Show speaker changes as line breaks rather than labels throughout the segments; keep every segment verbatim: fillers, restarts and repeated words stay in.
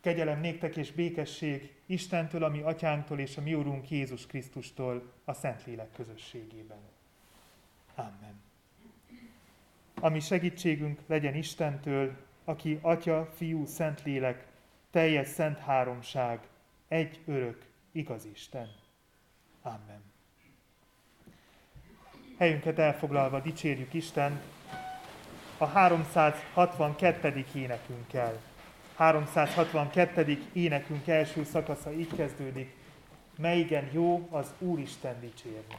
Kegyelem néktek és békesség Istentől, a mi atyánktól és a mi Urunk Jézus Krisztustól a Szentlélek közösségében. Amen. A mi segítségünk legyen Istentől, aki Atya, Fiú, Szentlélek, teljes szent háromság, egy örök, igaz Isten. Amen. Helyünket elfoglalva dicsérjük Istent a háromszázhatvankettedik énekünkkel. háromszázhatvankettedik énekünk első szakasza így kezdődik: melyigen jó az Úristen dicsérni.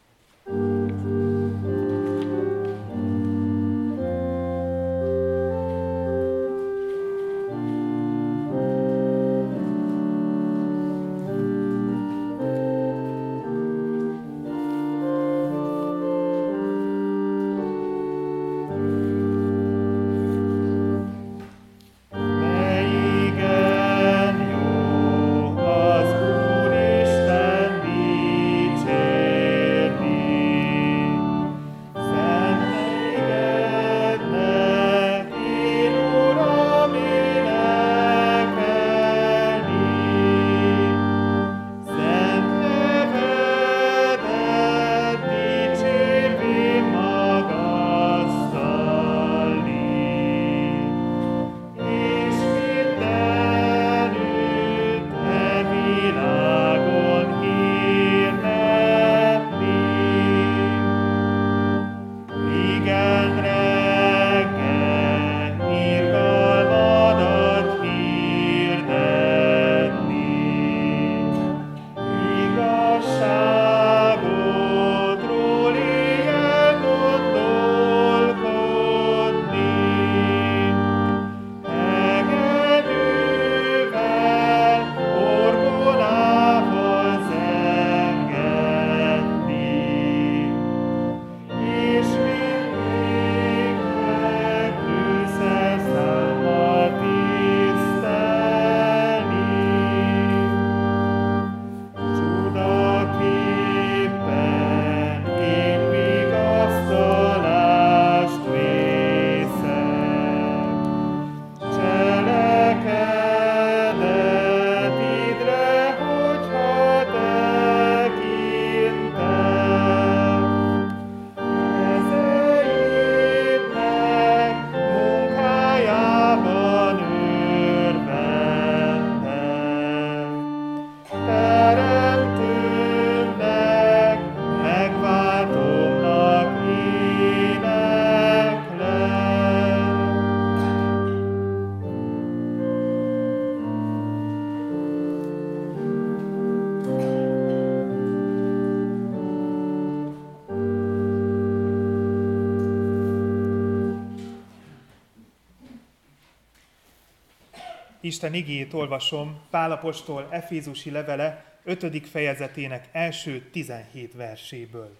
Isten igéjét olvasom Pál apostol efézusi levele ötödik fejezetének első tizenhét verséből.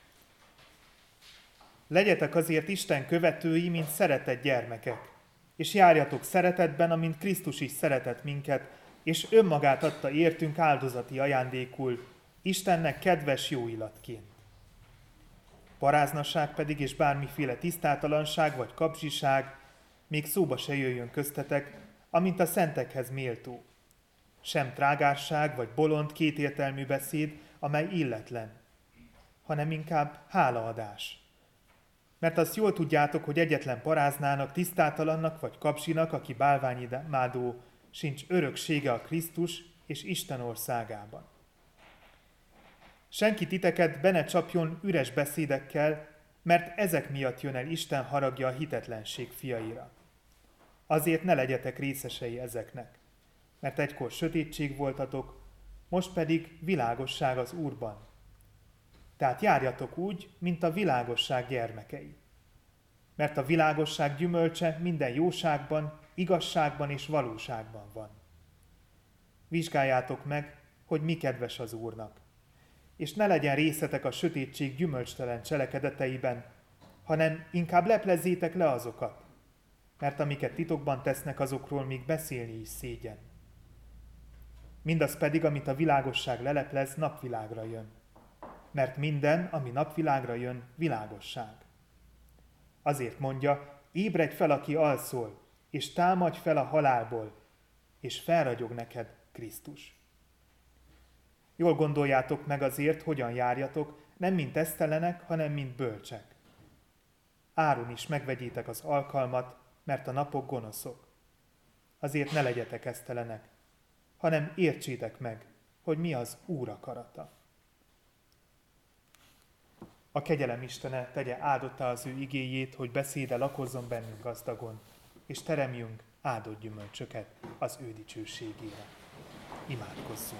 Legyetek azért Isten követői, mint szeretett gyermekek, és járjatok szeretetben, amint Krisztus is szeretett minket, és önmagát adta értünk áldozati ajándékul, Istennek kedves jó illatként. Paráznasság pedig és bármiféle tisztátalanság vagy kapzsiság még szóba se jöjjön köztetek, amint a szentekhez méltó. Sem trágárság vagy bolond kétértelmű beszéd, amely illetlen, hanem inkább hálaadás. Mert azt jól tudjátok, hogy egyetlen paráznának, tisztátalannak vagy kapzsinak, aki bálványimádó, sincs öröksége a Krisztus és Isten országában. Senki titeket be ne csapjon üres beszédekkel, mert ezek miatt jön el Isten haragja a hitetlenség fiaira. Azért ne legyetek részesei ezeknek, mert egykor sötétség voltatok, most pedig világosság az Úrban. Tehát járjatok úgy, mint a világosság gyermekei. Mert a világosság gyümölcse minden jóságban, igazságban és valóságban van. Vizsgáljátok meg, hogy mi kedves az Úrnak, és ne legyen részetek a sötétség gyümölcstelen cselekedeteiben, hanem inkább leplezzétek le azokat, mert amiket titokban tesznek, azokról még beszélni is szégyen. Mindaz pedig, amit a világosság leleplez, napvilágra jön. Mert minden, ami napvilágra jön, világosság. Azért mondja, ébredj fel, aki alszol, és támadj fel a halálból, és felragyog neked Krisztus. Jól gondoljátok meg azért, hogyan járjatok, nem mint esztelenek, hanem mint bölcsek. Áron is megvegyétek az alkalmat, mert a napok gonoszok. Azért ne legyetek esztelenek, hanem értsétek meg, hogy mi az Úr akarata. A kegyelem Istene tegye áldottá az ő igéjét, hogy beszéde lakozzon bennünk gazdagon, és teremjünk áldott gyümölcsöket az ő dicsőségére. Imádkozzunk!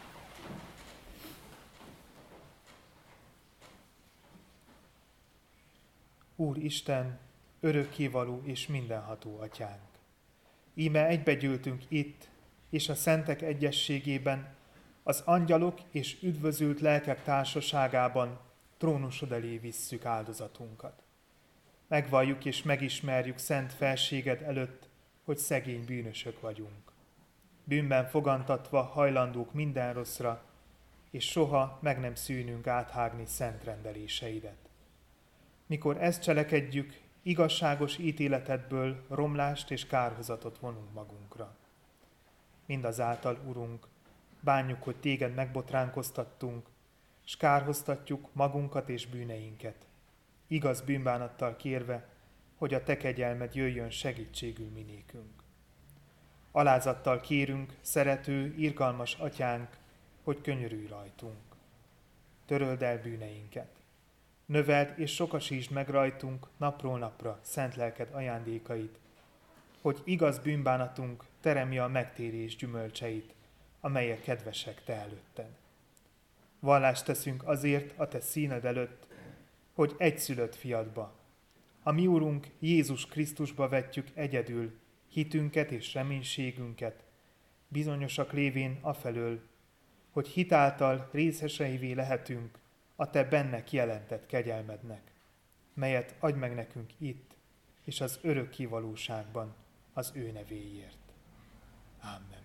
Úr Isten, örökkévaló és mindenható Atyánk! Íme egybegyűltünk itt, és a szentek egyességében, az angyalok és üdvözült lelkek társaságában trónusod elé visszük áldozatunkat. Megvalljuk és megismerjük szent felséged előtt, hogy szegény bűnösök vagyunk. Bűnben fogantatva hajlandók minden rosszra, és soha meg nem szűnünk áthágni szent rendeléseidet. Mikor ezt cselekedjük, igazságos ítéletedből romlást és kárhozatot vonunk magunkra. Mindazáltal, Urunk, bánjuk, hogy téged megbotránkoztattunk, s kárhoztatjuk magunkat és bűneinket, igaz bűnbánattal kérve, hogy a te kegyelmed jöjjön segítségül minékünk. Alázattal kérünk, szerető, irgalmas Atyánk, hogy könyörülj rajtunk. Töröld el bűneinket. Növeld és sokasítsd meg rajtunk napról napra szent lelked ajándékait, hogy igaz bűnbánatunk teremje a megtérés gyümölcseit, amelyek kedvesek te előtted. Vallást teszünk azért a te színed előtt, hogy egyszülött fiadba, a mi Urunk Jézus Krisztusba vetjük egyedül hitünket és reménységünket, bizonyosak lévén afelől, hogy hitáltal részeseivé lehetünk a te benne kijelentett kegyelmednek, melyet adj meg nekünk itt és az örökké valóságban az ő nevéért. Ámen.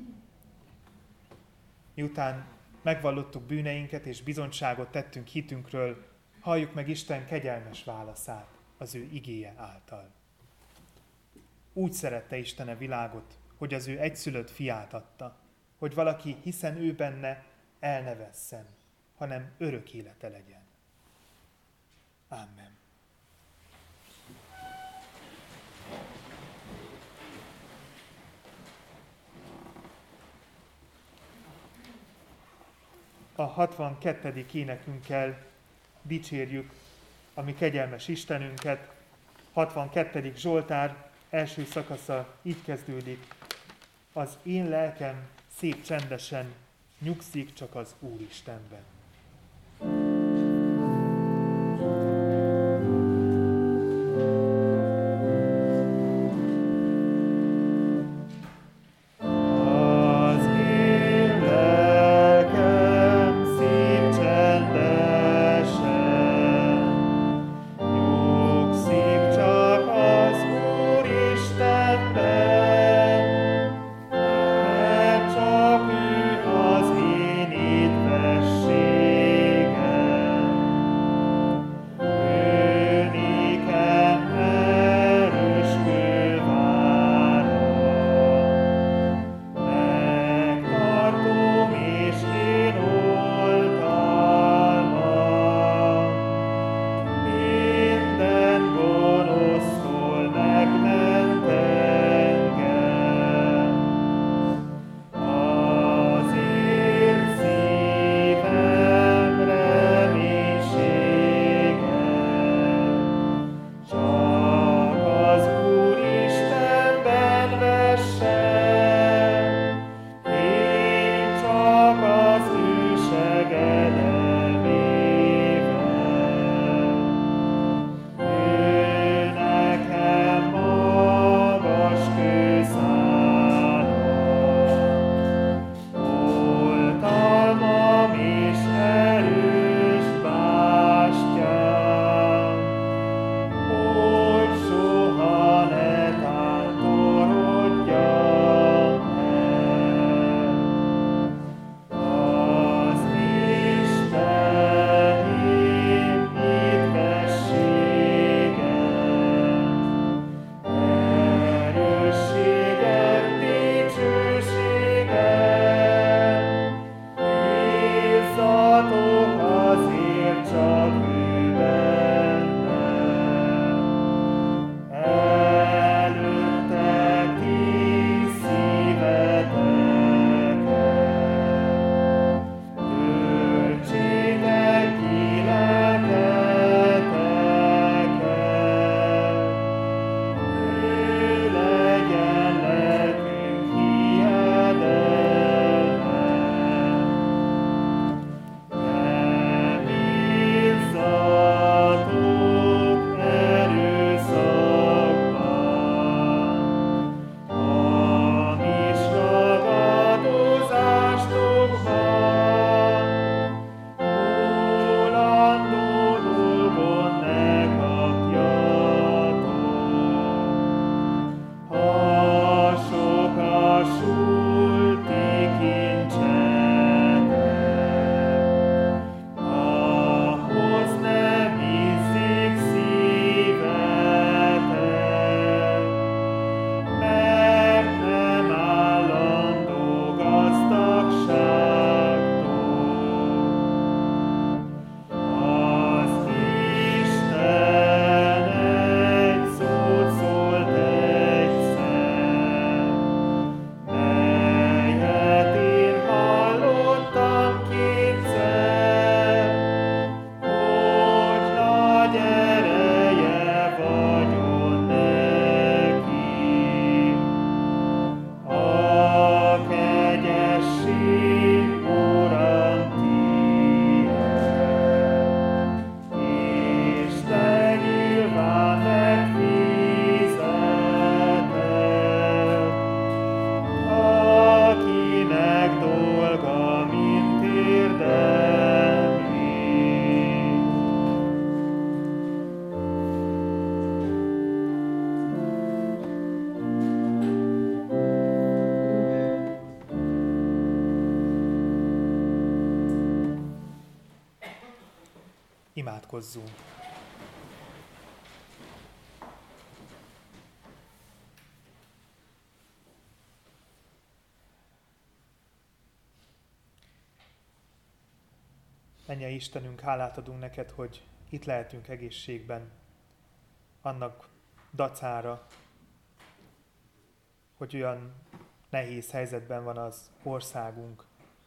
Miután megvallottuk bűneinket és bizonyságot tettünk hitünkről, halljuk meg Isten kegyelmes válaszát az ő igéje által. Úgy szerette Isten a világot, hogy az ő egyszülött fiát adta, hogy valaki, hiszen ő benne, el ne vesszen, hanem örök élete legyen. Amen. A hatvankettedik énekünkkel dicsérjük a mi kegyelmes Istenünket. hatvankettedik Zsoltár első szakasza így kezdődik. Az én lelkem szép csendesen nyugszik csak az Úristenben.
Csak ő az én édvesség.
Imádkozzunk! Mennyei Istenünk, hálát adunk neked, hogy itt lehetünk egészségben, annak dacára, hogy olyan nehéz helyzetben van az országunk,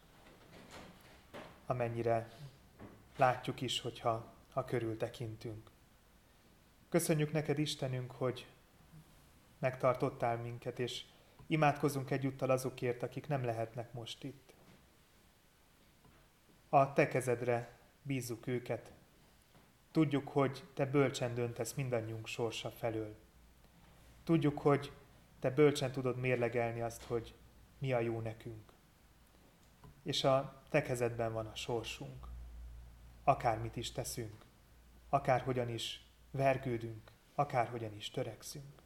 amennyire látjuk is, hogyha ha körül tekintünk. Köszönjük neked, Istenünk, hogy megtartottál minket, és imádkozunk egyúttal azokért, akik nem lehetnek most itt. A te kezedre bízzuk őket. Tudjuk, hogy te bölcsen döntesz mindannyiunk sorsa felől. Tudjuk, hogy te bölcsen tudod mérlegelni azt, hogy mi a jó nekünk. És a te kezedben van a sorsunk. Akármit is teszünk, akárhogyan is vergődünk, akárhogyan is törekszünk.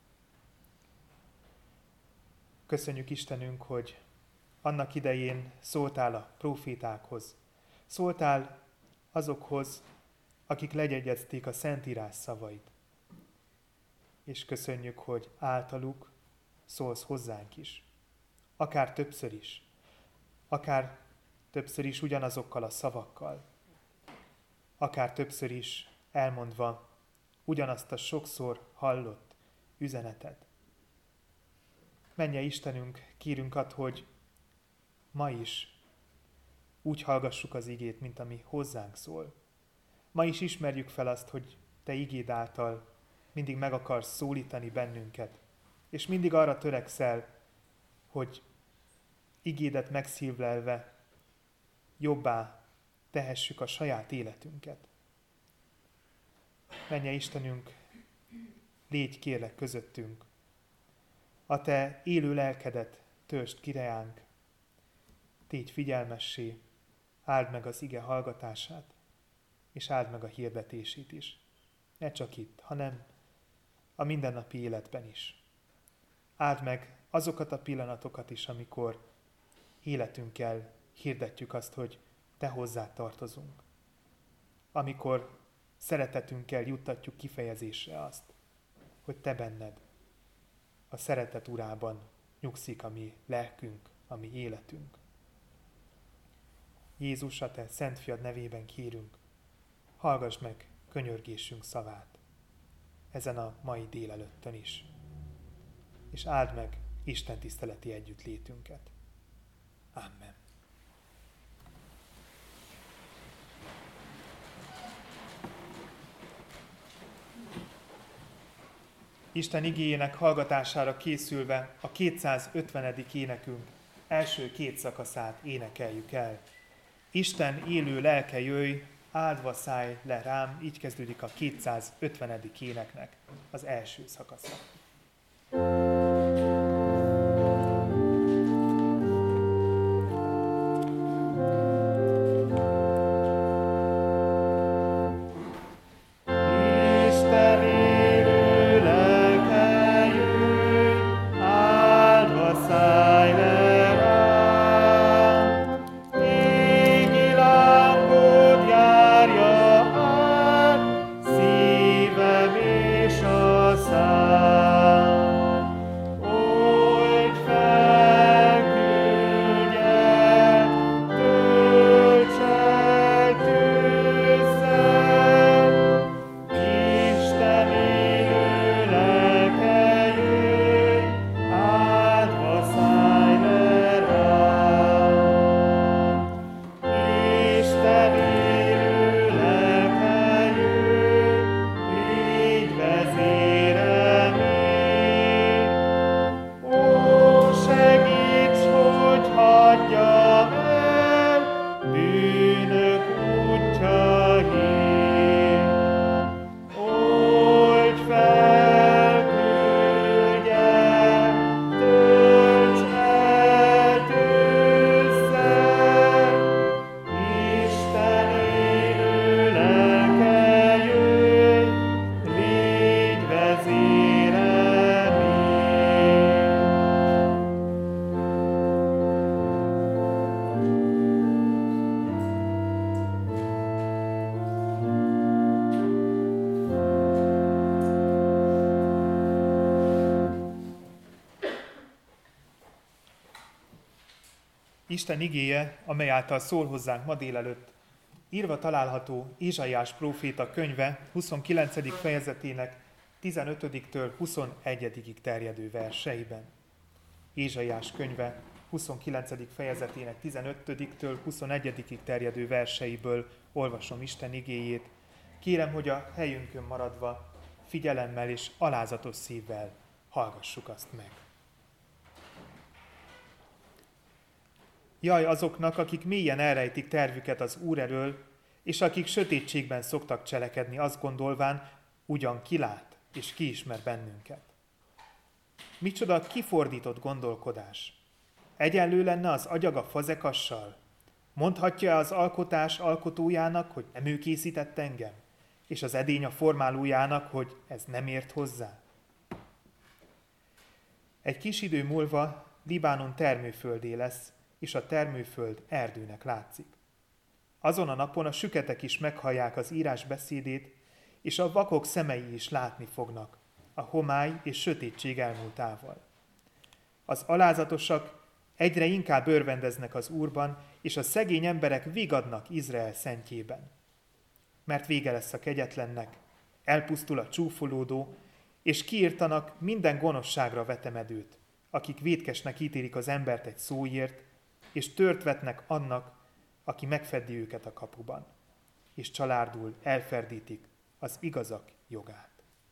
Köszönjük, Istenünk, hogy annak idején szóltál a prófétákhoz, szóltál azokhoz, akik legyegyezték a Szentírás szavait. És köszönjük, hogy általuk szólsz hozzánk is. Akár többször is. Akár többször is ugyanazokkal a szavakkal. Akár többször is elmondva ugyanazt a sokszor hallott üzenetet. Mennyei Istenünk, kérünk ad, hogy ma is úgy hallgassuk az igét, mint ami hozzánk szól. Ma is ismerjük fel azt, hogy te igéd által mindig meg akarsz szólítani bennünket, és mindig arra törekszel, hogy igédet megszívlelve jobbá tehessük a saját életünket. Mennyei Istenünk, légy kérlek közöttünk. A te élő lelkedet töltsd ki reánk. Tégy figyelmessé, áld meg az ige hallgatását, és áld meg a hirdetését is. Ne csak itt, hanem a mindennapi életben is. Áld meg azokat a pillanatokat is, amikor életünkkel hirdetjük azt, hogy te hozzád tartozunk. Amikor szeretetünkkel juttatjuk kifejezésre azt, hogy te benned, a szeretet urában nyugszik a mi lelkünk, a mi életünk. Jézus, a te szent fiad nevében kérünk, hallgass meg könyörgésünk szavát ezen a mai délelőttön is, és áld meg Isten tiszteleti együttlétünket. Amen. Isten igéjének hallgatására készülve a kétszázötvenedik énekünk első két szakaszát énekeljük el. Isten élő lelke jöjj, áldva szállj le rám, így kezdődik a kétszázötvenedik éneknek az első szakasza.
Szívem és a szám.
Isten igéje, amely által szól hozzánk ma délelőtt, írva található Ézsaiás próféta könyve huszonkilencedik fejezetének tizenötödiktől huszonegyediig terjedő verseiben. Ézsaiás könyve huszonkilencedik fejezetének tizenötödiktől huszonegyediig terjedő verseiből olvasom Isten igéjét. Kérem, hogy a helyünkön maradva figyelemmel és alázatos szívvel hallgassuk azt meg. Jaj azoknak, akik mélyen elrejtik tervüket az Úr elől, és akik sötétségben szoktak cselekedni, azt gondolván, ugyan kilát és kiismer bennünket. Micsoda kifordított gondolkodás! Egyenlő lenne az agyag a fazekassal? Mondhatja az alkotás alkotójának, hogy nem ő készített engem, és az edény a formálójának, hogy ez nem ért hozzá? Egy kis idő múlva Libánon termőföldé lesz, és a termőföld erdőnek látszik. Azon a napon a süketek is meghallják az írás beszédét, és a vakok szemei is látni fognak, a homály és sötétség elmúltával. Az alázatosak egyre inkább örvendeznek az Úrban, és a szegény emberek vigadnak Izrael szentjében. Mert vége lesz a kegyetlennek, elpusztul a csúfolódó, és kiirtanak minden gonoszságra vetemedőt, akik vétkesnek ítélik az embert egy szóért, és tört vetnek annak, aki megfeddi őket a kapuban, és csalárdul elferdítik az igazak jogát.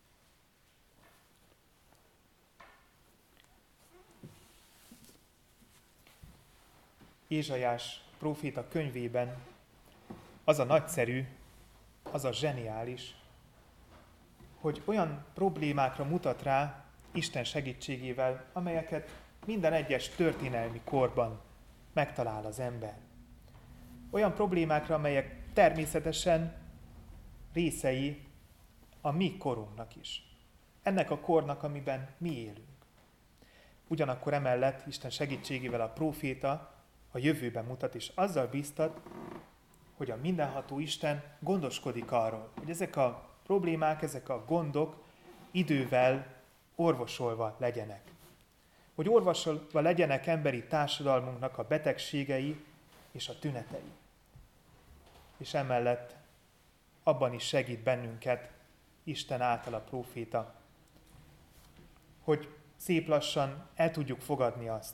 Ézsaiás próféta könyvében az a nagyszerű, az a zseniális, hogy olyan problémákra mutat rá Isten segítségével, amelyeket minden egyes történelmi korban megtalál az ember. Olyan problémákra, amelyek természetesen részei a mi korunknak is. Ennek a kornak, amiben mi élünk. Ugyanakkor emellett Isten segítségével a próféta a jövőben mutat, és azzal bíztat, hogy a mindenható Isten gondoskodik arról, hogy ezek a problémák, ezek a gondok idővel orvosolva legyenek. Hogy orvosolva legyenek emberi társadalmunknak a betegségei és a tünetei. És emellett abban is segít bennünket Isten által a próféta, hogy szép lassan el tudjuk fogadni azt,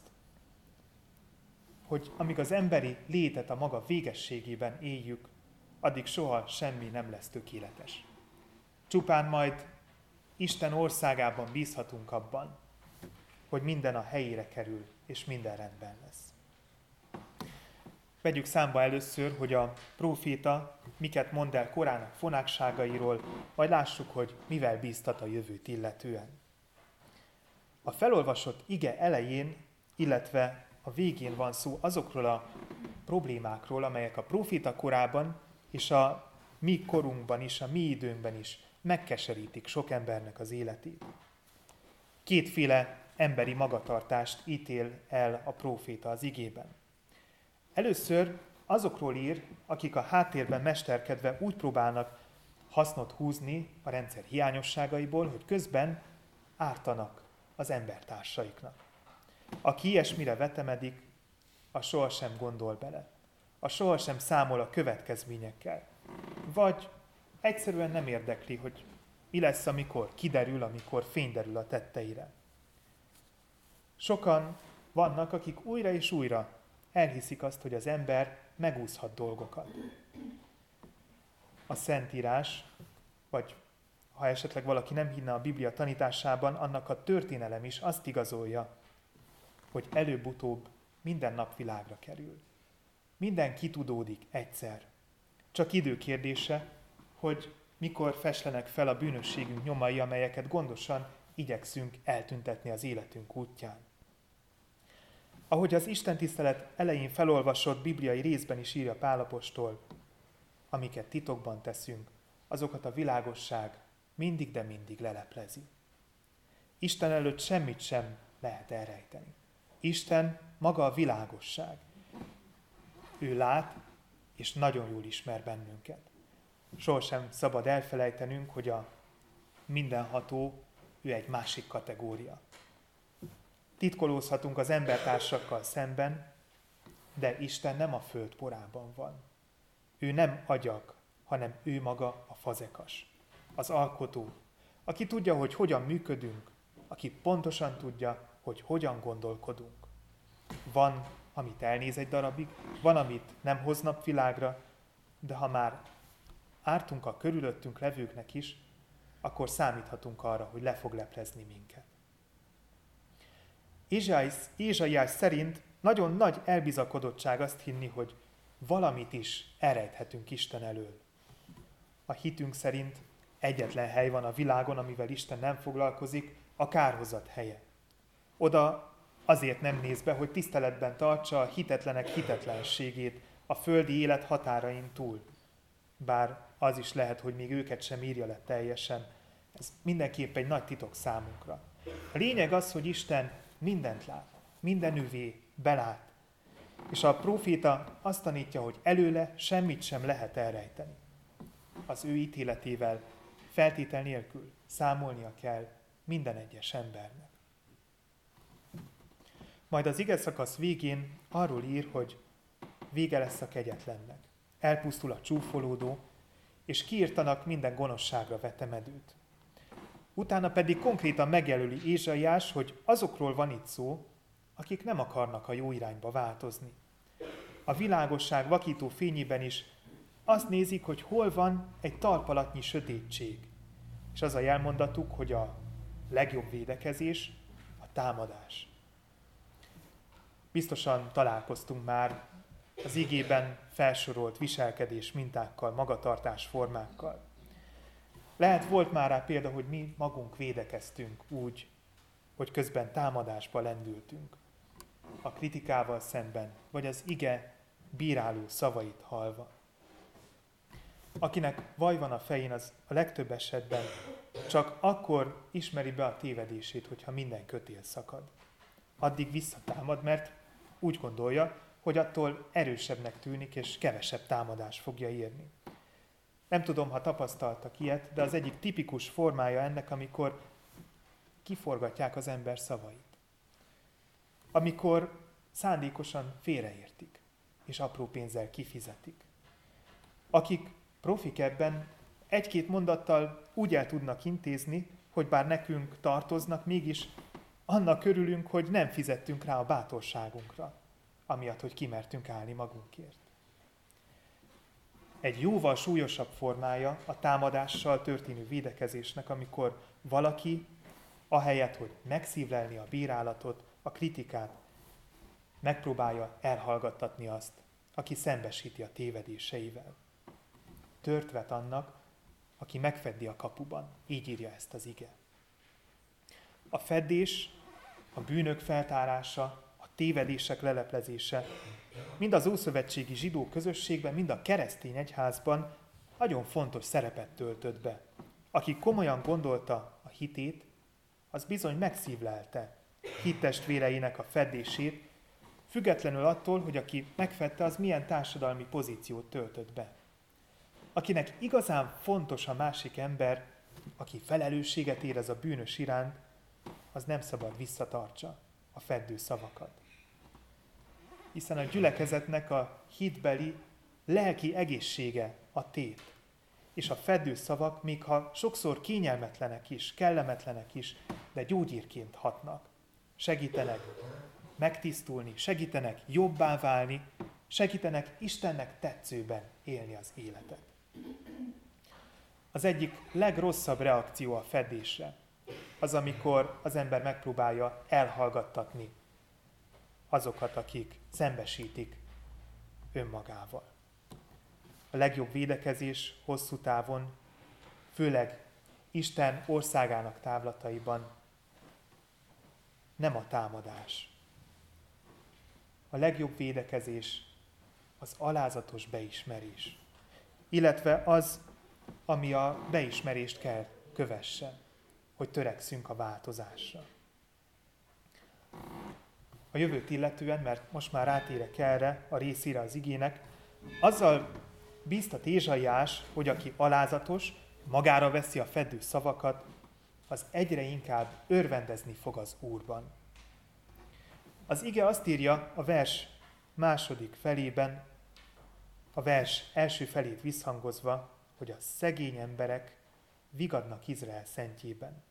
hogy amíg az emberi létet a maga végességében éljük, addig soha semmi nem lesz tökéletes. Csupán majd Isten országában bízhatunk abban, hogy minden a helyére kerül, és minden rendben lesz. Vegyük számba először, hogy a próféta miket mond el korának fonákságairól, majd lássuk, hogy mivel bíztat a jövőt illetően. A felolvasott ige elején, illetve a végén van szó azokról a problémákról, amelyek a próféta korában és a mi korunkban is, a mi időnkben is megkeserítik sok embernek az életét. Kétféle emberi magatartást ítél el a próféta az igében. Először azokról ír, akik a háttérben mesterkedve úgy próbálnak hasznot húzni a rendszer hiányosságaiból, hogy közben ártanak az embertársaiknak. Aki ilyesmire vetemedik, a sohasem gondol bele. A sohasem számol a következményekkel. Vagy egyszerűen nem érdekli, hogy mi lesz, amikor kiderül, amikor fény derül a tetteire. Sokan vannak, akik újra és újra elhiszik azt, hogy az ember megúszhat dolgokat. A Szentírás, vagy ha esetleg valaki nem hinne a Biblia tanításában, annak a történelem is azt igazolja, hogy előbb-utóbb minden napvilágra kerül. Minden kitudódik egyszer. Csak idő kérdése, hogy mikor feslenek fel a bűnösségünk nyomai, amelyeket gondosan igyekszünk eltüntetni az életünk útján. Ahogy az istentisztelet elején felolvasott bibliai részben is írja Pál apostol, amiket titokban teszünk, azokat a világosság mindig, de mindig leleplezi. Isten előtt semmit sem lehet elrejteni. Isten maga a világosság. Ő lát, és nagyon jól ismer bennünket. Sohasem szabad elfelejtenünk, hogy a mindenható, ő egy másik kategória. Titkolózhatunk az embertársakkal szemben, De Isten nem a föld porában van. Ő nem agyag, hanem ő maga a fazekas, az alkotó, aki tudja, hogy hogyan működünk, aki pontosan tudja, hogy hogyan gondolkodunk. Van, amit elnéz egy darabig, van, amit nem hoz napvilágra, de ha már ártunk a körülöttünk levőknek is, akkor számíthatunk arra, hogy le fog leplezni minket. Ézsaiás szerint nagyon nagy elbizakodottság azt hinni, hogy valamit is elrejthetünk Isten elől. A hitünk szerint egyetlen hely van a világon, amivel Isten nem foglalkozik, a kárhozat helye. Oda azért nem néz be, hogy tiszteletben tartsa a hitetlenek hitetlenségét a földi élet határain túl. Bár az is lehet, hogy még őket sem írja le teljesen. Ez mindenképp egy nagy titok számunkra. A lényeg az, hogy Isten mindent lát, mindenüvé belát. És a próféta azt tanítja, hogy előle semmit sem lehet elrejteni. Az ő ítéletével feltétel nélkül számolnia kell minden egyes embernek. Majd az igeszakasz végén arról ír, hogy vége lesz a kegyetlennek. Elpusztul a csúfolódó, és kiirtanak minden gonoszságra vetemedőt. Utána pedig konkrétan megjelöli Ézsaiás, hogy azokról van itt szó, akik nem akarnak a jó irányba változni. A világosság vakító fényében is azt nézik, hogy hol van egy talpalatnyi sötétség. És az a jelmondatuk, hogy a legjobb védekezés a támadás. Biztosan találkoztunk már az igében felsorolt viselkedés mintákkal, magatartás formákkal. Lehet volt már rá példa, hogy mi magunk védekeztünk úgy, hogy közben támadásba lendültünk. A kritikával szemben, vagy az ige bíráló szavait hallva. Akinek vaj van a fején, az a legtöbb esetben csak akkor ismeri be a tévedését, hogyha minden kötél szakad. Addig visszatámad, mert úgy gondolja, hogy attól erősebbnek tűnik, és kevesebb támadás fogja érni. Nem tudom, ha tapasztaltak ilyet, de az egyik tipikus formája ennek, amikor kiforgatják az ember szavait. Amikor szándékosan félreértik, és apró pénzzel kifizetik. Akik profik ebben egy-két mondattal úgy el tudnak intézni, hogy bár nekünk tartoznak, mégis annak körülünk, hogy nem fizettünk rá a bátorságunkra, amiatt, hogy kimertünk állni magunkért. Egy jóval súlyosabb formája a támadással történő védekezésnek, amikor valaki, ahelyett, hogy megszívlelni a bírálatot, a kritikát, megpróbálja elhallgattatni azt, aki szembesíti a tévedéseivel. Tört vet annak, aki megfeddi a kapuban. Így írja ezt az ige. A feddés, a bűnök feltárása, a tévedések leleplezése mind az ószövetségi zsidó közösségben, mind a keresztény egyházban nagyon fontos szerepet töltött be. Aki komolyan gondolta a hitét, az bizony megszívlelte hittestvéreinek a feddését, függetlenül attól, hogy aki megfedte, az milyen társadalmi pozíciót töltött be. Akinek igazán fontos a másik ember, aki felelősséget érez a bűnös iránt, az nem szabad visszatartsa a feddő szavakat. Hiszen a gyülekezetnek a hitbeli, lelki egészsége a tét. És a feddő szavak, még ha sokszor kényelmetlenek is, kellemetlenek is, de gyógyírként hatnak. Segítenek megtisztulni, segítenek jobbá válni, segítenek Istennek tetszőben élni az életet. Az egyik legrosszabb reakció a feddésre az, amikor az ember megpróbálja elhallgattatni azokat, akik szembesítik önmagával. A legjobb védekezés hosszú távon, főleg Isten országának távlataiban nem a támadás. A legjobb védekezés az alázatos beismerés, illetve az, ami a beismerést kell kövessen, hogy törekszünk a változásra. A jövőt illetően, mert most már rátérek erre a részére az igének, azzal bíztat Ézsaiás, hogy aki alázatos, magára veszi a feddő szavakat, az egyre inkább örvendezni fog az Úrban. Az ige azt írja a vers második felében, a vers első felét visszhangozva, hogy a szegény emberek vigadnak Izrael szentjében.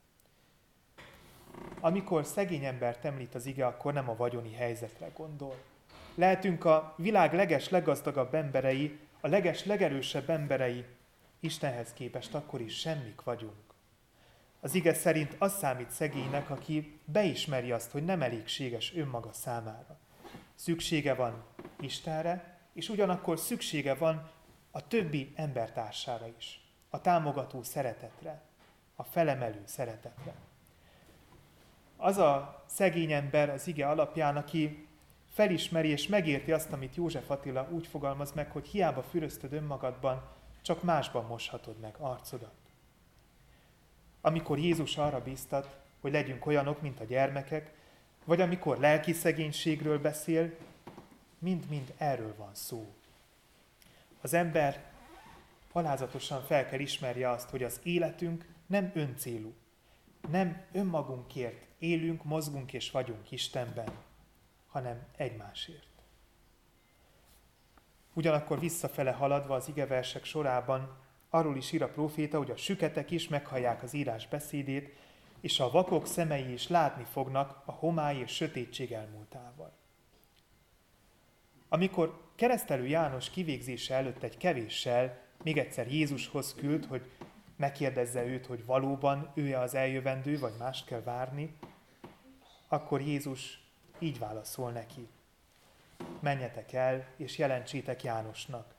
Amikor szegény embert említ az ige, akkor nem a vagyoni helyzetre gondol. Lehetünk a világ leges leggazdagabb emberei, a leges legerősebb emberei, Istenhez képest akkor is semmik vagyunk. Az ige szerint az számít szegénynek, aki beismeri azt, hogy nem elégséges önmaga számára. Szüksége van Istenre, és ugyanakkor szüksége van a többi embertársára is. A támogató szeretetre, a felemelő szeretetre. Az a szegény ember az ige alapján, aki felismeri és megérti azt, amit József Attila úgy fogalmaz meg, hogy hiába füröztöd önmagadban, csak másban moshatod meg arcodat. Amikor Jézus arra bíztat, hogy legyünk olyanok, mint a gyermekek, vagy amikor lelki szegénységről beszél, mind-mind erről van szó. Az ember alázatosan fel kell ismerje azt, hogy az életünk nem öncélú, nem önmagunkért élünk, mozgunk és vagyunk Istenben, hanem egymásért. Ugyanakkor visszafele haladva az igeversek sorában arról is ír a próféta, hogy a süketek is meghallják az írás beszédét, és a vakok szemei is látni fognak a homály és sötétség elmúltával. Amikor keresztelő János kivégzése előtt egy kevéssel még egyszer Jézushoz küld, hogy megkérdezze őt, hogy valóban ő-e az eljövendő, vagy mást kell várni, akkor Jézus így válaszol neki. Menjetek el, és jelentsétek Jánosnak.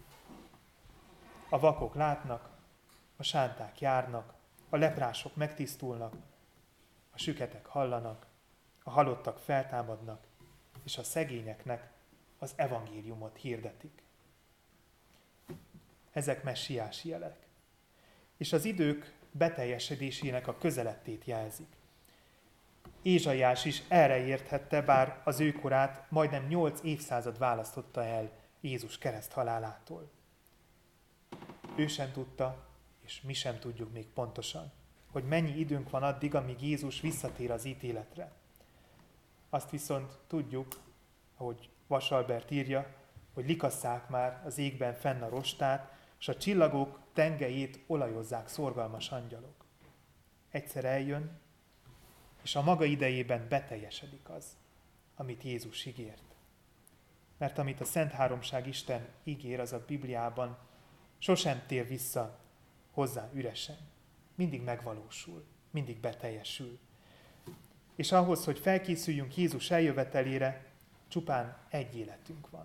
A vakok látnak, a sánták járnak, a leprások megtisztulnak, a süketek hallanak, a halottak feltámadnak, és a szegényeknek az evangéliumot hirdetik. Ezek messiási jelek. És az idők beteljesedésének a közelettét jelzik. Ézsaiás is erre érthette, bár az ő korát majdnem nyolc évszázad választotta el Jézus kereszthalálától. Ő sem tudta, és mi sem tudjuk még pontosan, hogy mennyi időnk van addig, amíg Jézus visszatér az ítéletre. Azt viszont tudjuk, ahogy Vasalbert írja, hogy likasszák már az égben fenn a rostát, és a csillagok tengelyét olajozzák szorgalmas angyalok. Egyszer eljön, és a maga idejében beteljesedik az, amit Jézus ígért. Mert amit a Szent Háromság Isten ígér, az a Bibliában sosem tér vissza hozzá üresen. Mindig megvalósul, mindig beteljesül. És ahhoz, hogy felkészüljünk Jézus eljövetelére, csupán egy életünk van.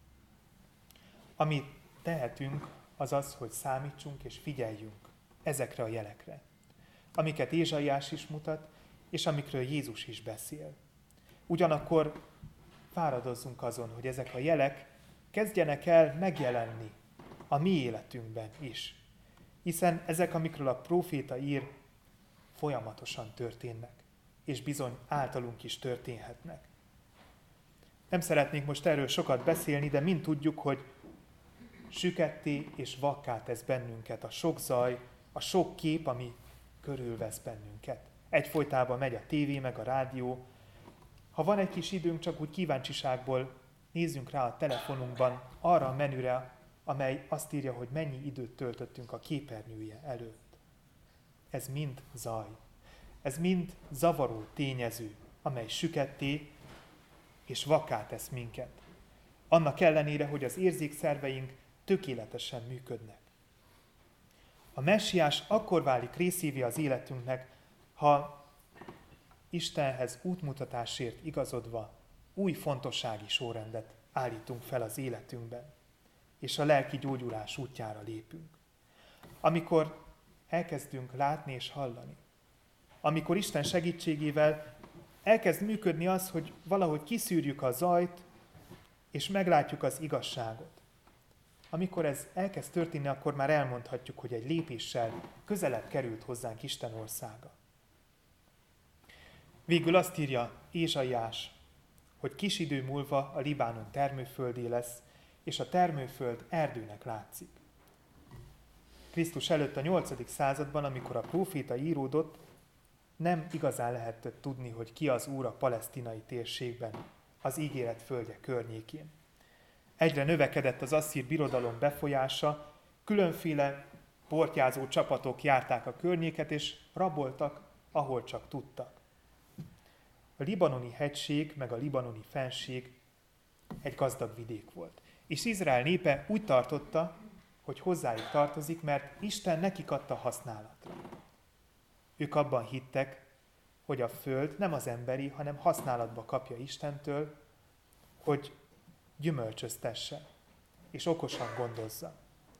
Amit tehetünk, az az, hogy számítsunk és figyeljünk ezekre a jelekre, amiket Ézsaiás is mutat, és amikről Jézus is beszél. Ugyanakkor fáradozzunk azon, hogy ezek a jelek kezdjenek el megjelenni a mi életünkben is, hiszen ezek, amikről a próféta ír, folyamatosan történnek, és bizony általunk is történhetnek. Nem szeretnék most erről sokat beszélni, de mind tudjuk, hogy süketté és vakká tesz bennünket a sok zaj, a sok kép, ami körülvesz bennünket. Egyfolytában megy a tévé, meg a rádió. Ha van egy kis időnk, csak úgy kíváncsiságból nézzünk rá a telefonunkban arra a menüre, amely azt írja, hogy mennyi időt töltöttünk a képernyője előtt. Ez mind zaj. Ez mind zavaró tényező, amely süketté és vakká tesz minket. Annak ellenére, hogy az érzékszerveink tökéletesen működnek. A messiás akkor válik részévé az életünknek, ha Istenhez útmutatásért igazodva új fontossági sorrendet állítunk fel az életünkben, és a lelki gyógyulás útjára lépünk. Amikor elkezdünk látni és hallani, amikor Isten segítségével elkezd működni az, hogy valahogy kiszűrjük a zajt, és meglátjuk az igazságot. Amikor ez elkezd történni, akkor már elmondhatjuk, hogy egy lépéssel közelebb került hozzánk Isten országa. Végül azt írja Ézsaiás, hogy kis idő múlva a Libánon termőföldé lesz, és a termőföld erdőnek látszik. Krisztus előtt a nyolcadik században, amikor a próféta íródott, nem igazán lehetett tudni, hogy ki az Úr a palesztinai térségben, az ígéret földje környékén. Egyre növekedett az asszír birodalom befolyása, különféle portyázó csapatok járták a környéket, és raboltak, ahol csak tudtak. A libanoni hegység meg a libanoni fennség egy gazdag vidék volt. És Izrael népe úgy tartotta, hogy hozzájuk tartozik, mert Isten nekik adta használatra. Ők abban hittek, hogy a föld nem az emberi, hanem használatba kapja Istentől, hogy gyümölcsöztesse, és okosan gondozza.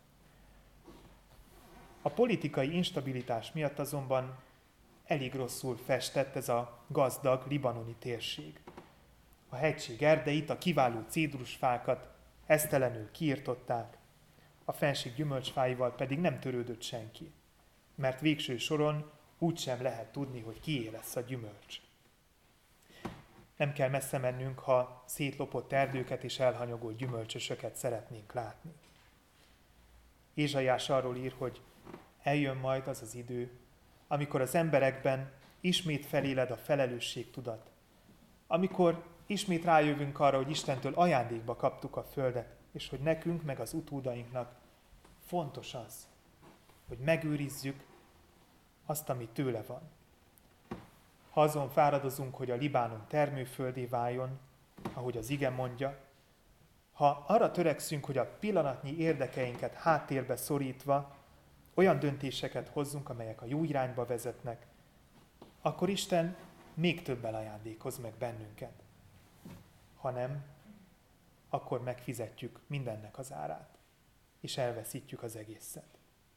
A politikai instabilitás miatt azonban elég rosszul festett ez a gazdag libanoni térség. A hegység erdeit, a kiváló cédrusfákat esztelenül kiirtották, a fennsík gyümölcsfáival pedig nem törődött senki, mert végső soron úgysem lehet tudni, hogy kié lesz a gyümölcs. Nem kell messze mennünk, ha szétlopott erdőket és elhanyagolt gyümölcsösöket szeretnénk látni. Ézsaiás arról ír, hogy eljön majd az az idő, amikor az emberekben ismét feléled a felelősségtudat, amikor ismét rájövünk arra, hogy Istentől ajándékba kaptuk a földet, és hogy nekünk, meg az utódainknak fontos az, hogy megőrizzük azt, ami tőle van. Ha azon fáradozunk, hogy a Libánon termőföldé váljon, ahogy az ige mondja, ha arra törekszünk, hogy a pillanatnyi érdekeinket háttérbe szorítva olyan döntéseket hozzunk, amelyek a jó irányba vezetnek, akkor Isten még többel ajándékoz meg bennünket. Ha nem, akkor megfizetjük mindennek az árát, és elveszítjük az egészet.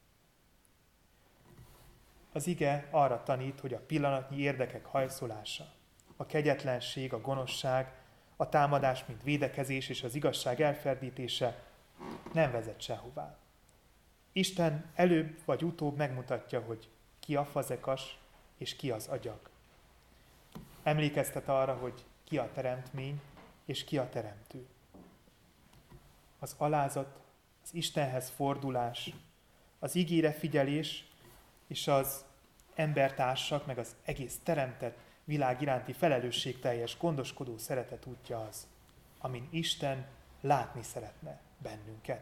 Az ige arra tanít, hogy a pillanatnyi érdekek hajszolása, a kegyetlenség, a gonoszság, a támadás, mint védekezés és az igazság elferdítése nem vezet sehová. Isten előbb vagy utóbb megmutatja, hogy ki a fazekas és ki az agyag. Emlékeztet arra, hogy ki a teremtmény és ki a teremtő. Az alázat, az Istenhez fordulás, az ígére figyelés és az embertársak, meg az egész teremtett világ iránti felelősségteljes, gondoskodó szeretet útja az, amin Isten látni szeretne bennünket.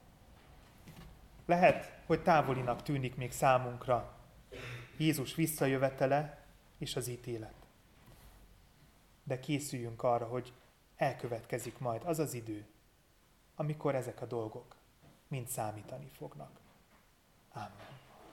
Lehet, hogy távolinak tűnik még számunkra Jézus visszajövetele és az ítélet. De készüljünk arra, hogy elkövetkezik majd az az idő, amikor ezek a dolgok mind számítani fognak. Ámen.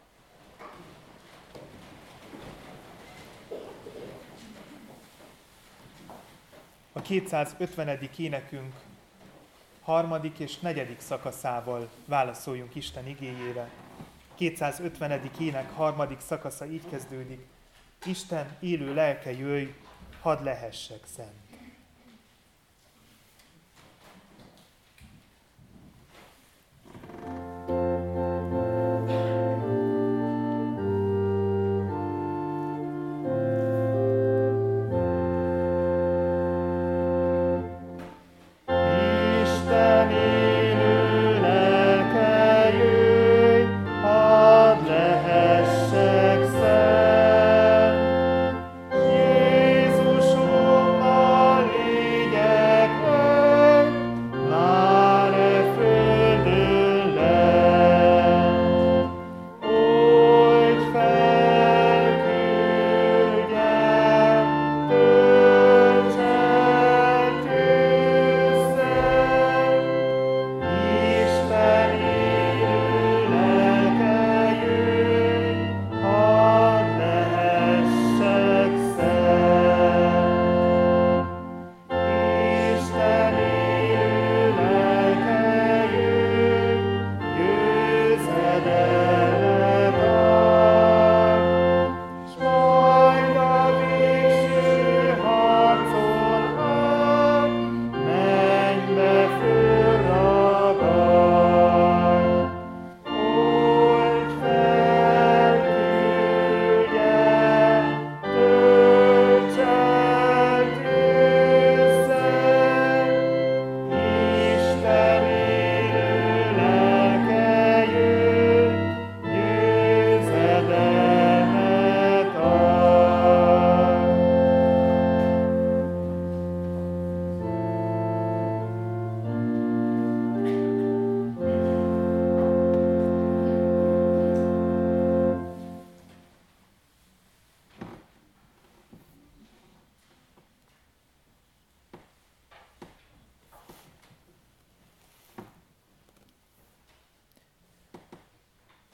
A kétszázötvenedik énekünk harmadik és negyedik szakaszával válaszoljunk Isten igéjére. kétszázötvenedik ének harmadik szakasza így kezdődik. Isten élő lelke jöjj, hadd lehessek szent.
Jézusom,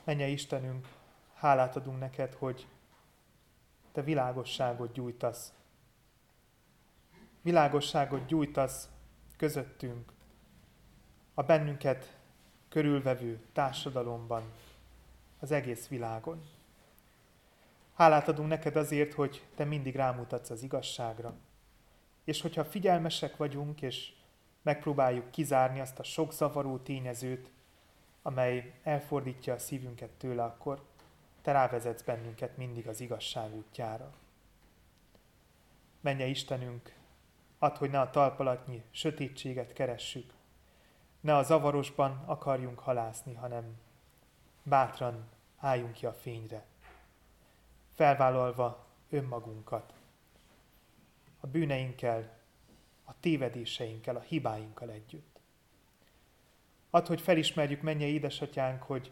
Mennyei Istenünk, hálát adunk neked, hogy te világosságot gyújtasz. Világosságot gyújtasz közöttünk, a bennünket körülvevő társadalomban, az egész világon. Hálát adunk neked azért, hogy te mindig rámutatsz az igazságra. És hogyha figyelmesek vagyunk, és megpróbáljuk kizárni azt a sok zavaró tényezőt, amely elfordítja a szívünket tőle, akkor te rávezetsz bennünket mindig az igazság útjára. Mennyei Istenünk, add, hogy ne a talpalatnyi sötétséget keressük, ne a zavarosban akarjunk halászni, hanem bátran álljunk ki a fényre, felvállalva önmagunkat, a bűneinkkel, a tévedéseinkkel, a hibáinkkal együtt. Add, hogy felismerjük, mennyei édesatyánk, hogy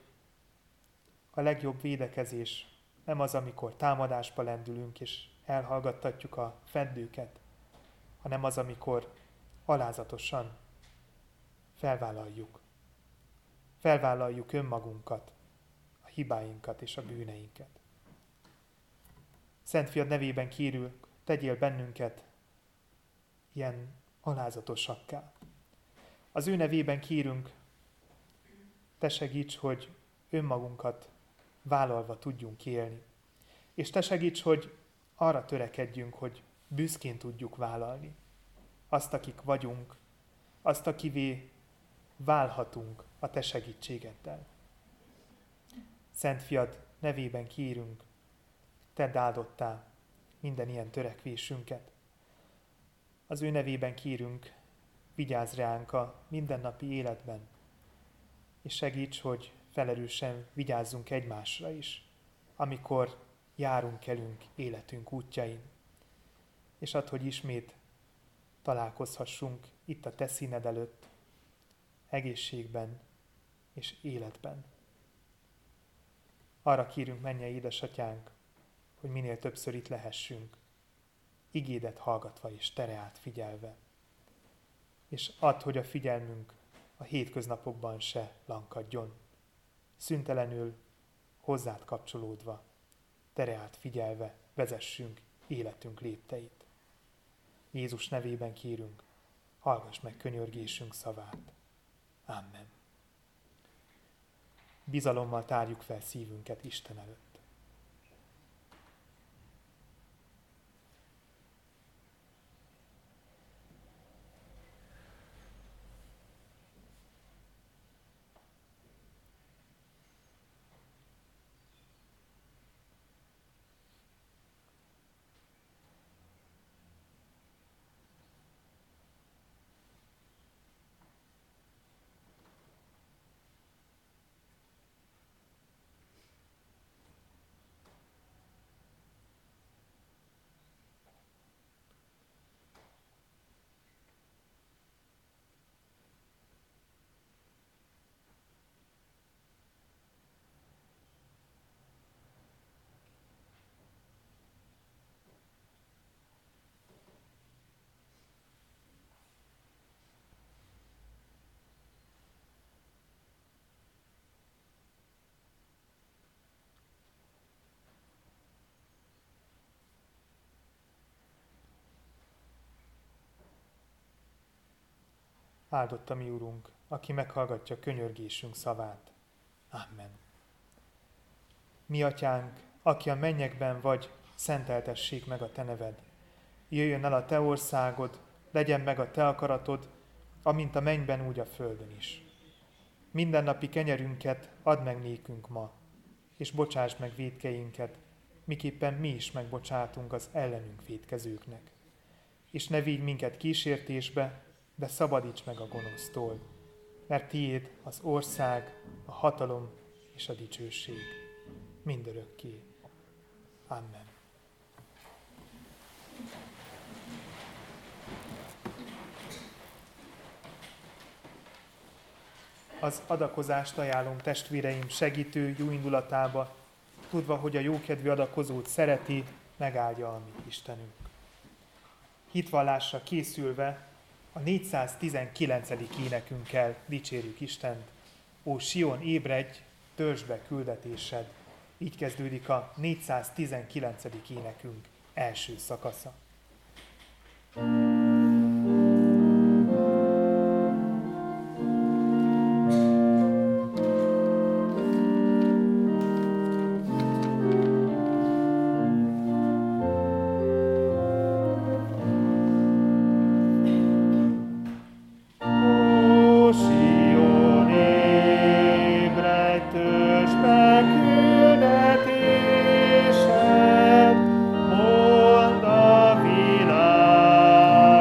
a legjobb védekezés nem az, amikor támadásba lendülünk és elhallgattatjuk a feddőket, hanem az, amikor alázatosan felvállaljuk. Felvállaljuk önmagunkat, a hibáinkat és a bűneinket. Szent Fiad nevében kérünk, tegyél bennünket ilyen alázatosakká. Az ő nevében kérünk, te segíts, hogy önmagunkat vállalva tudjunk élni. És te segíts, hogy arra törekedjünk, hogy büszkén tudjuk vállalni azt, akik vagyunk, azt, akivé válhatunk a te segítségeddel. Szent Fiad nevében kérünk, tedd áldottá minden ilyen törekvésünket. Az ő nevében kérünk, vigyázz ránk a mindennapi életben, és segíts, hogy felerősen vigyázzunk egymásra is, amikor járunk, kelünk életünk útjain. És add, hogy ismét találkozhassunk itt a te színed előtt, egészségben és életben. Arra kérünk, mennyei édesatyánk, hogy minél többször itt lehessünk, igédet hallgatva és tereát figyelve. És add, hogy a figyelmünk a hétköznapokban se lankadjon, szüntelenül hozzád kapcsolódva, tereát figyelve vezessünk életünk lépteit. Jézus nevében kérünk, hallgass meg könyörgésünk szavát. Amen. Bizalommal tárjuk fel szívünket Isten előtt. Áldott a mi Urunk, aki meghallgatja könyörgésünk szavát. Amen. Mi atyánk, aki a mennyekben vagy, szenteltessék meg a te neved. Jöjjön el a te országod, legyen meg a te akaratod, amint a mennyben, úgy a földön is. Mindennapi kenyerünket add meg nékünk ma, és bocsásd meg vétkeinket, miképpen mi is megbocsátunk az ellenünk vétkezőknek. És ne vigy minket kísértésbe, de szabadíts meg a gonosztól, mert tiéd az ország, a hatalom és a dicsőség mindörökké. Amen. Az adakozást ajánlom testvéreim segítő jó indulatába, tudva, hogy a jókedvű adakozót szereti, megáldja a mi Istenünk. Hitvallásra készülve a négyszáztizenkilencedik énekünkkel dicsérjük Istent. Ó, Sion, ébredj, törzsbe küldetésed. Így kezdődik a négyszáztizenkilencedik énekünk első szakasza.
Mondd a világ.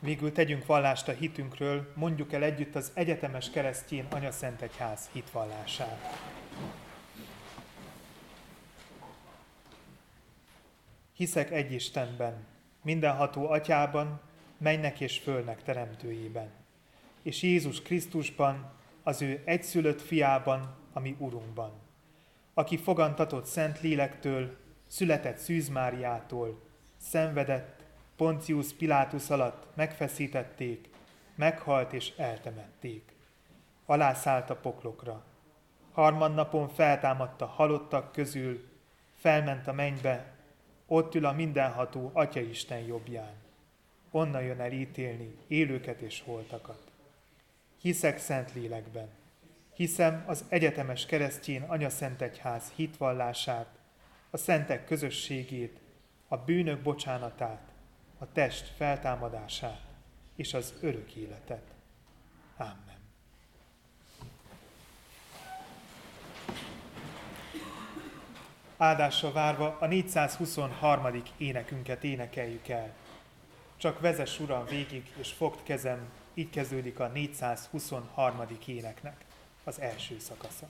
Végül tegyünk vallást a hitünkről, mondjuk el együtt az egyetemes keresztjén Anyaszentegyház hitvallását. Hiszek egy Istenben, mindenható Atyában, mennek és földnek teremtőjében, és Jézus Krisztusban, az ő egyszülött fiában, ami Urunkban, aki fogantatott Szent Lélektől, született Szűz Máriától, szenvedett, Poncius Pilátus alatt megfeszítették, meghalt és eltemették. Alászállt a poklokra. Harmadnapon feltámadt a halottak közül, felment a mennybe, ott ül a mindenható Atyaisten jobbján. Onnan jön el ítélni élőket és holtakat. Hiszek Szentlélekben. Hiszem az egyetemes keresztjén Anyaszentegyház hitvallását, a szentek közösségét, a bűnök bocsánatát, a test feltámadását és az örök életet. Amen. Áldásra várva a négyszázhuszonharmadik énekünket énekeljük el. Csak vezess, Uram, végig, és fogd kezem, így kezdődik a négyszázhuszonharmadik éneknek az első szakasza.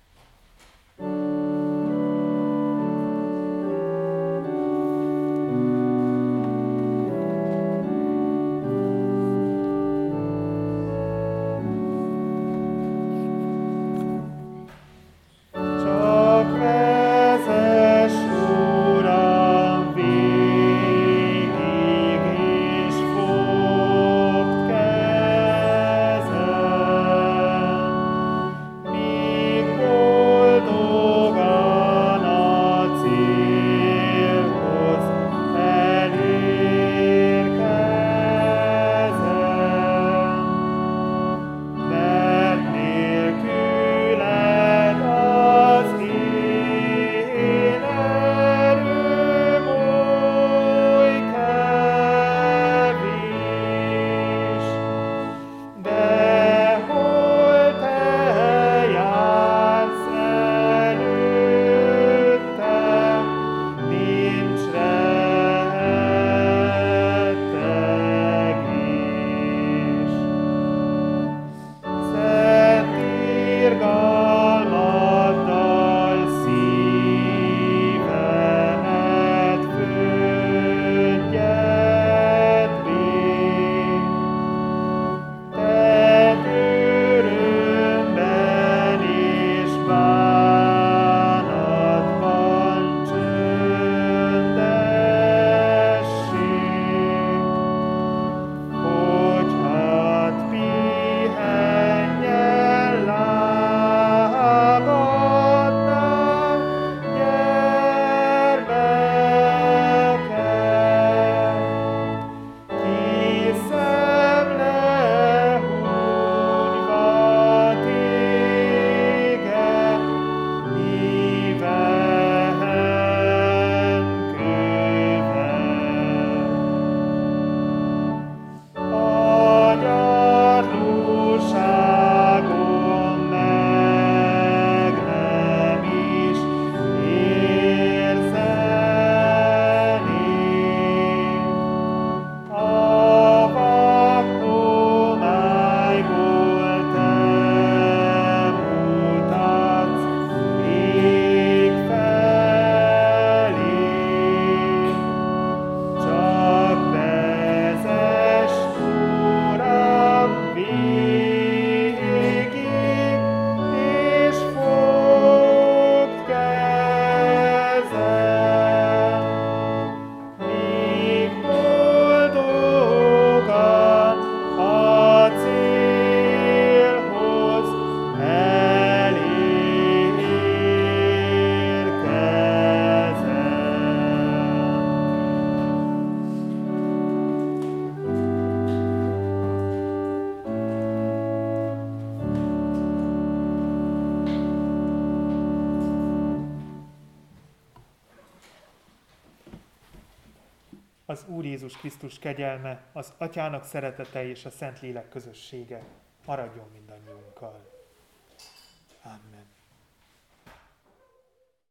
Az Úr Jézus Krisztus kegyelme, az Atyának szeretete és a Szentlélek közössége maradjon mindannyiunkkal. Amen.